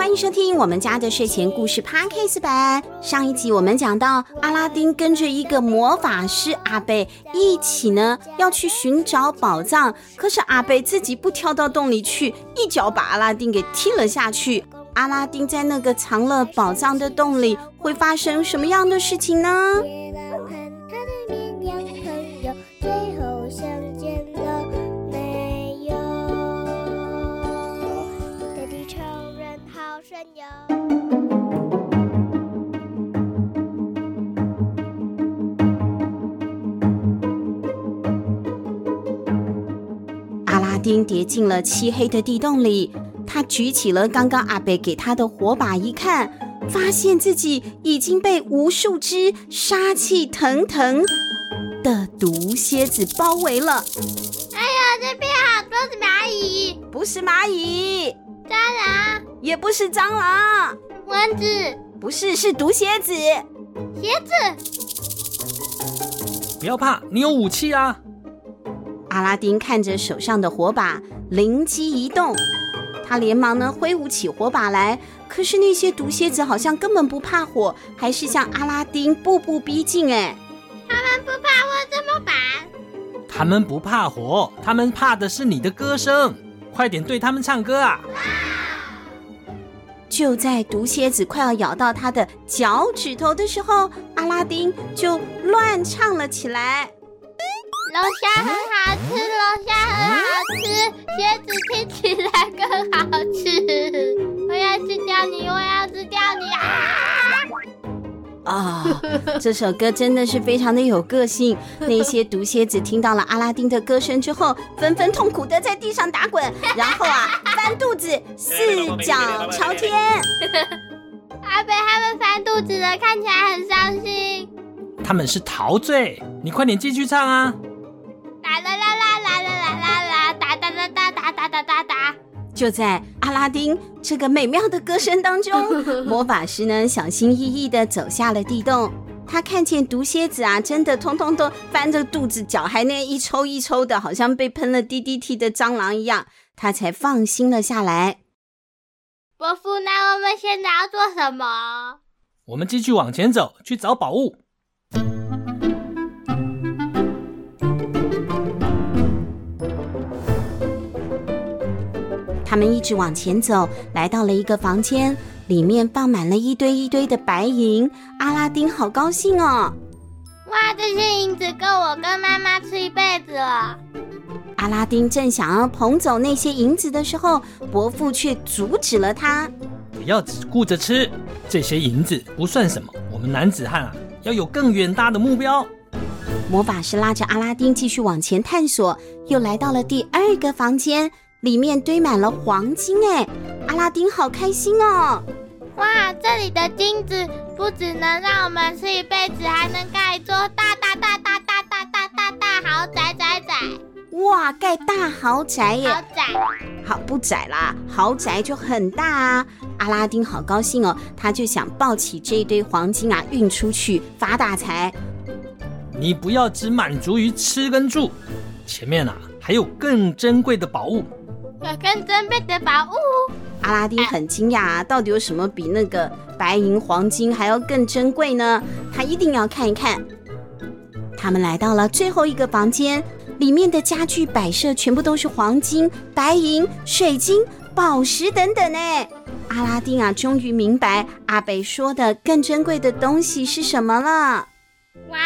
欢迎收听我们家的睡前故事 Podcast 版。上一集我们讲到阿拉丁跟着一个魔法师阿贝一起呢要去寻找宝藏，可是阿贝自己不跳到洞里去，一脚把阿拉丁给踢了下去。阿拉丁在那个藏了宝藏的洞里会发生什么样的事情呢？阿拉丁跌进了漆黑的地洞里，他举起了刚刚阿贝给他的火把一看，发现自己已经被无数只杀气腾腾的毒蝎子包围了。 哎呀，这边好多的蚂蚁！ 不是蚂蚁， 蟑螂， 也不是蟑螂， 蚊子， 不是，是毒蝎子。 蝎子， 不要怕，你有武器啊！ 阿拉丁看着手上的火把，灵机一动，他连忙呢挥舞起火把来。可是那些毒蝎子好像根本不怕火，还是向阿拉丁步步逼近。 他们不怕火怎么办？ 他们不怕火，他们怕的是你的歌声。快点对他们唱歌啊！ 就在毒蝎子快要咬到他的脚趾头的时候，阿拉丁就乱唱了起来。 龙虾很好吃，龙虾很好吃，蝎子听起来更好吃。我要吃掉你，我要吃掉你啊！ 这首歌真的是非常的有个性。那些毒蝎子听到了阿拉丁的歌声之后，纷纷痛苦的在地上打滚，然后翻肚子，四脚朝天。 阿贝他们翻肚子了，看起来很伤心。 他们是陶醉，你快点继续唱啊！ 啦啦啦啦啦啦啦啦，哒哒哒哒哒哒哒哒哒。 就在阿拉丁这个美妙的歌声当中，魔法师呢小心翼翼地走下了地洞。他看见毒蝎子真的通通都翻着肚子，脚还那一抽一抽的，好像被喷了 DDT 的蟑螂一样，他才放心了下来。 伯父，那我们现在要做什么？ 我们继续往前走，去找宝物。 他们一直往前走，来到了一个房间，里面放满了一堆一堆的白银。阿拉丁好高兴哦！ 哇，这些银子够我跟妈妈吃一辈子了。 阿拉丁正想要捧走那些银子的时候，伯父却阻止了他。 不要只顾着吃，这些银子不算什么，我们男子汉要有更远大的目标。 魔法师拉着阿拉丁继续往前探索，又来到了第二个房间，里面堆满了黄金。阿拉丁好开心哦！ 哇，这里的金子不只能让我们吃一辈子，还能盖一座大豪宅。 哇，盖大豪宅耶！ 豪宅好，不窄啦，豪宅就很大啊！阿拉丁好高兴哦，他就想抱起这一堆黄金运出去发大财。 你不要只满足于吃跟住，前面还有更珍贵的宝物。 有更珍贵的宝物？ 阿拉丁很惊讶到底有什么比那个白银黄金还要更珍贵呢？他一定要看一看。他们来到了最后一个房间，里面的家具摆设全部都是黄金、白银、水晶、宝石等等。阿拉丁终于明白阿北说的更珍贵的东西是什么了。 哇！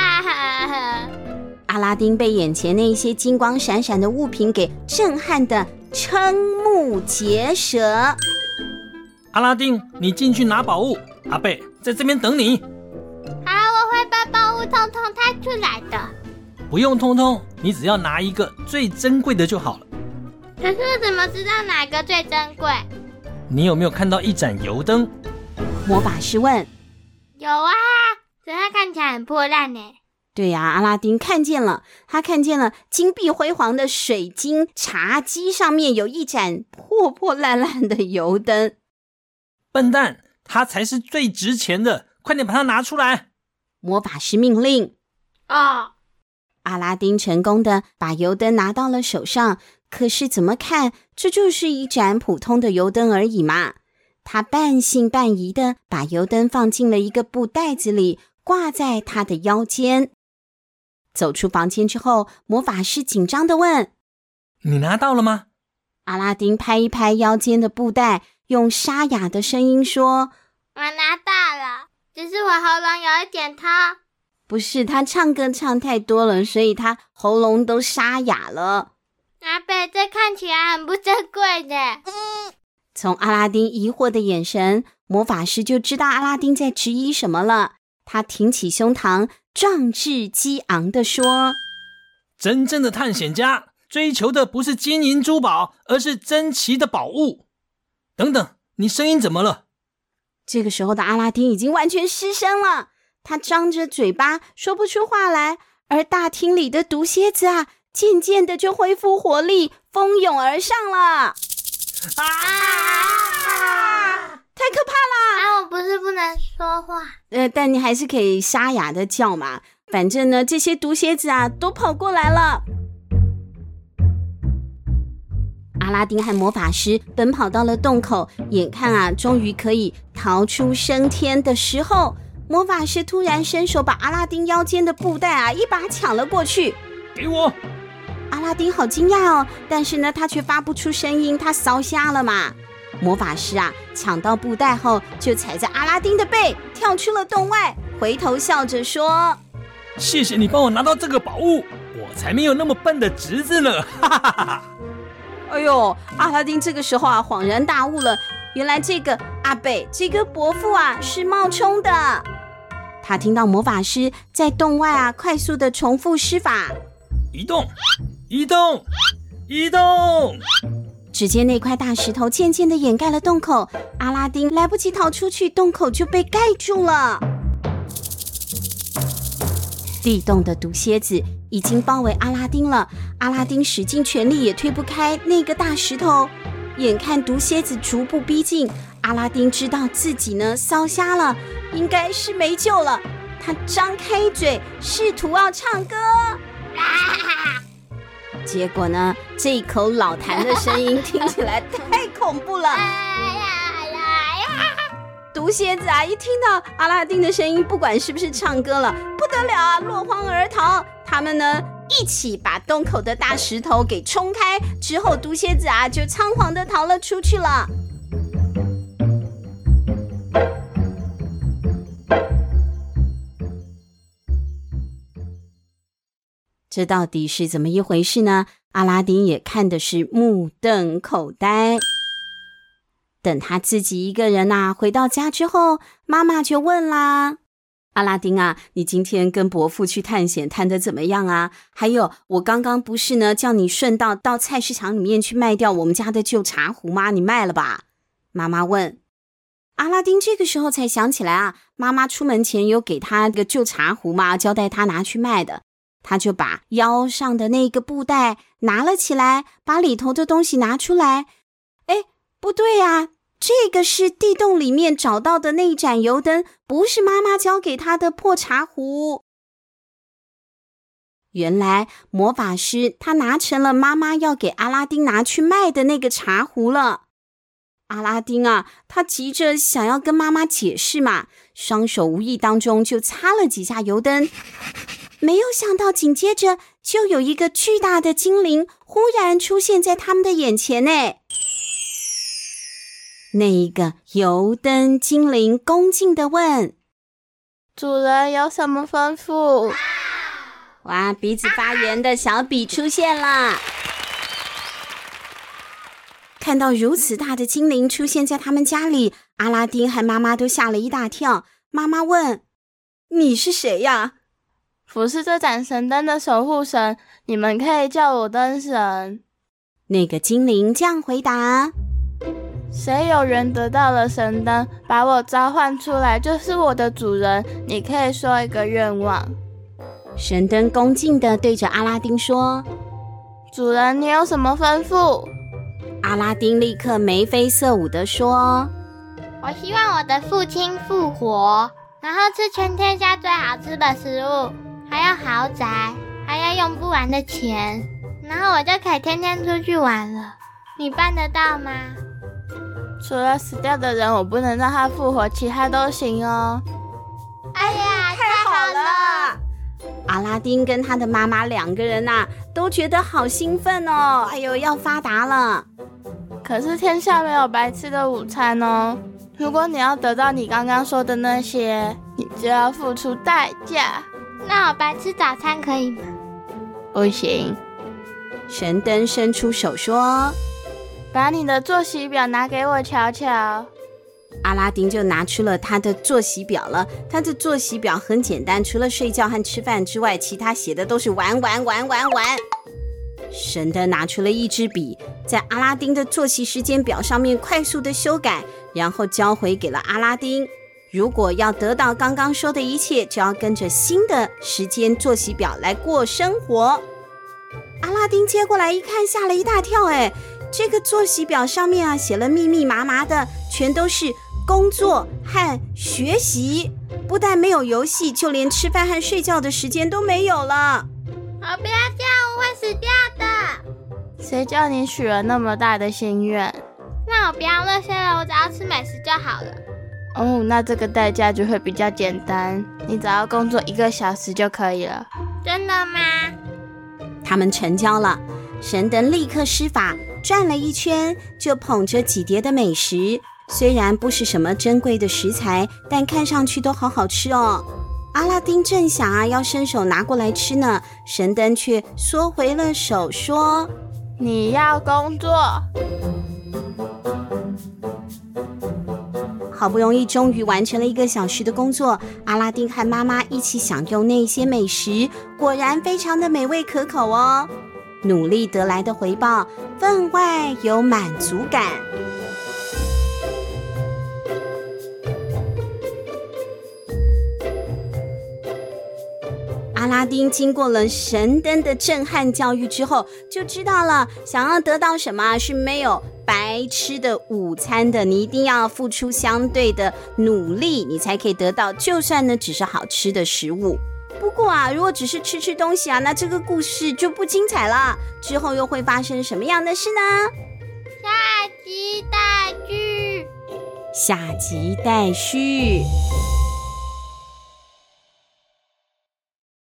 阿拉丁被眼前那些金光闪闪的物品给震撼的瞠目结舌。 阿拉丁，你进去拿宝物，阿贝在这边等你。 好，我会把宝物统统带出来的。 不用通通，你只要拿一个最珍贵的就好了。 可是我怎么知道哪个最珍贵？ 你有没有看到一盏油灯？ 魔法师问。 有啊，可它看起来很破烂呢。 对呀，阿拉丁看见了，他看见了金碧辉煌的水晶茶几上面有一盏破破烂烂的油灯。 笨蛋，它才是最值钱的，快点把它拿出来！ 魔法师命令。 阿拉丁成功的把油灯拿到了手上，可是怎么看，这就是一盏普通的油灯而已嘛。 他半信半疑的把油灯放进了一个布袋子里，挂在他的腰间。走出房间之后，魔法师紧张的问： 你拿到了吗？ 阿拉丁拍一拍腰间的布袋，用沙哑的声音说： 我拿到了，只是我喉咙有一点痛。 不是，他唱歌唱太多了，所以他喉咙都沙哑了。 阿伯，这看起来很不珍贵的。 从阿拉丁疑惑的眼神，魔法师就知道阿拉丁在质疑什么了。他挺起胸膛，壮志激昂地说： 真正的探险家追求的不是金银珠宝，而是珍奇的宝物。等等，你声音怎么了？ 这个时候的阿拉丁已经完全失声了，他张着嘴巴说不出话来，而大厅里的毒蝎子啊，渐渐的就恢复活力，蜂拥而上了。太可怕了！ 我不是不能说话。 但你还是可以沙哑的叫嘛。反正呢，这些毒蝎子啊，都跑过来了。阿拉丁和魔法师奔跑到了洞口，眼看啊，终于可以逃出升天的时候，魔法师突然伸手把阿拉丁腰间的布袋啊，一把抢了过去。 给我！ 阿拉丁好惊讶哦，但是呢，他却发不出声音，他烧瞎了嘛。魔法师啊，抢到布袋后，就踩着阿拉丁的背跳出了洞外，回头笑着说： 谢谢你帮我拿到这个宝物，我才没有那么笨的侄子呢！哈哈哈哈！ 哎呦，阿拉丁这个时候啊，恍然大悟了，原来这个阿贝，这个伯父啊，是冒充的。他听到魔法师在洞外啊，快速的重复施法： 移动，移动，移动！ 只见那块大石头渐渐地掩盖了洞口，阿拉丁来不及逃出去，洞口就被盖住了。地洞的毒蝎子已经包围阿拉丁了，阿拉丁使尽全力也推不开那个大石头。眼看毒蝎子逐步逼近，阿拉丁知道自己呢烧瞎了，应该是没救了。他张开嘴，试图要唱歌。结果呢，这一口老痰的声音听起来太恐怖了。毒蝎子啊，一听到阿拉丁的声音，不管是不是唱歌了，不得了啊，落荒而逃。他们呢，一起把洞口的大石头给冲开，之后毒蝎子啊，就仓皇的逃了出去了。这到底是怎么一回事呢？阿拉丁也看的是目瞪口呆。等他自己一个人啊，回到家之后，妈妈就问啦：阿拉丁啊，你今天跟伯父去探险，探得怎么样啊？还有，我刚刚不是呢叫你顺道到菜市场里面去卖掉我们家的旧茶壶吗？你卖了吧？妈妈问。阿拉丁这个时候才想起来啊，妈妈出门前有给他个旧茶壶嘛，交代他拿去卖的。他就把腰上的那个布袋拿了起来，把里头的东西拿出来。诶，不对啊，这个是地洞里面找到的那一盏油灯，不是妈妈交给他的破茶壶。原来魔法师他拿成了妈妈要给阿拉丁拿去卖的那个茶壶了。阿拉丁啊，他急着想要跟妈妈解释嘛，双手无意当中就擦了几下油灯。没有想到紧接着就有一个巨大的精灵忽然出现在他们的眼前呢。那一个油灯精灵恭敬地问： 主人有什么吩咐？ 哇，鼻子发炎的小比出现了。看到如此大的精灵出现在他们家里，阿拉丁和妈妈都吓了一大跳。妈妈问：你是谁呀？ 我是这盏神灯的守护神，你们可以叫我灯神。 那个精灵这样回答： 谁有缘得到了神灯，把我召唤出来，就是我的主人。你可以说一个愿望。 神灯恭敬地对着阿拉丁说： 主人，你有什么吩咐？ 阿拉丁立刻眉飞色舞地说： 我希望我的父亲复活，然后吃全天下最好吃的食物，还要豪宅，还要用不完的钱，然后我就可以天天出去玩了。你办得到吗？ 除了死掉的人我不能让他复活，其他都行哦。 哎呀，太好了！ 阿拉丁跟他的妈妈2个人都觉得好兴奋哦，哎呦，要发达了。 可是天下没有白吃的午餐哦，如果你要得到你刚刚说的那些，你就要付出代价。 那我白吃早餐可以吗？ 不行。 神灯伸出手说： 把你的作息表拿给我瞧瞧。 阿拉丁就拿出了他的作息表了。他的作息表很简单，除了睡觉和吃饭之外，其他写的都是玩。神灯拿出了一支笔，在阿拉丁的作息时间表上面快速的修改，然后交回给了阿拉丁。如果要得到刚刚说的一切，就要跟着新的时间作息表来过生活。阿拉丁接过来一看，吓了一大跳，这个作息表上面写了密密麻麻的，全都是工作和学习，不但没有游戏，就连吃饭和睡觉的时间都没有了。 我不要这样，我会死掉的。 谁叫你许了那么大的心愿？ 那我不要那些了，我只要吃美食就好了。 哦，那这个代价就会比较简单，你只要工作1个小时就可以了。 真的吗？ 他们成交了，神灯立刻施法，转了一圈，就捧着几碟的美食，虽然不是什么珍贵的食材，但看上去都好好吃哦。阿拉丁正想要伸手拿过来吃呢，神灯却缩回了手，说： 你要工作。 好不容易终于完成了1个小时的工作，阿拉丁和妈妈一起享用那些美食，果然非常的美味可口哦。努力得来的回报，分外有满足感。阿拉丁经过了神灯的震撼教育之后，就知道了想要得到什么是没有白吃的午餐的，你一定要付出相对的努力，你才可以得到，就算呢只是好吃的食物。不过如果只是吃东西那这个故事就不精彩了。之后又会发生什么样的事呢？ 下集待续。 下集待续。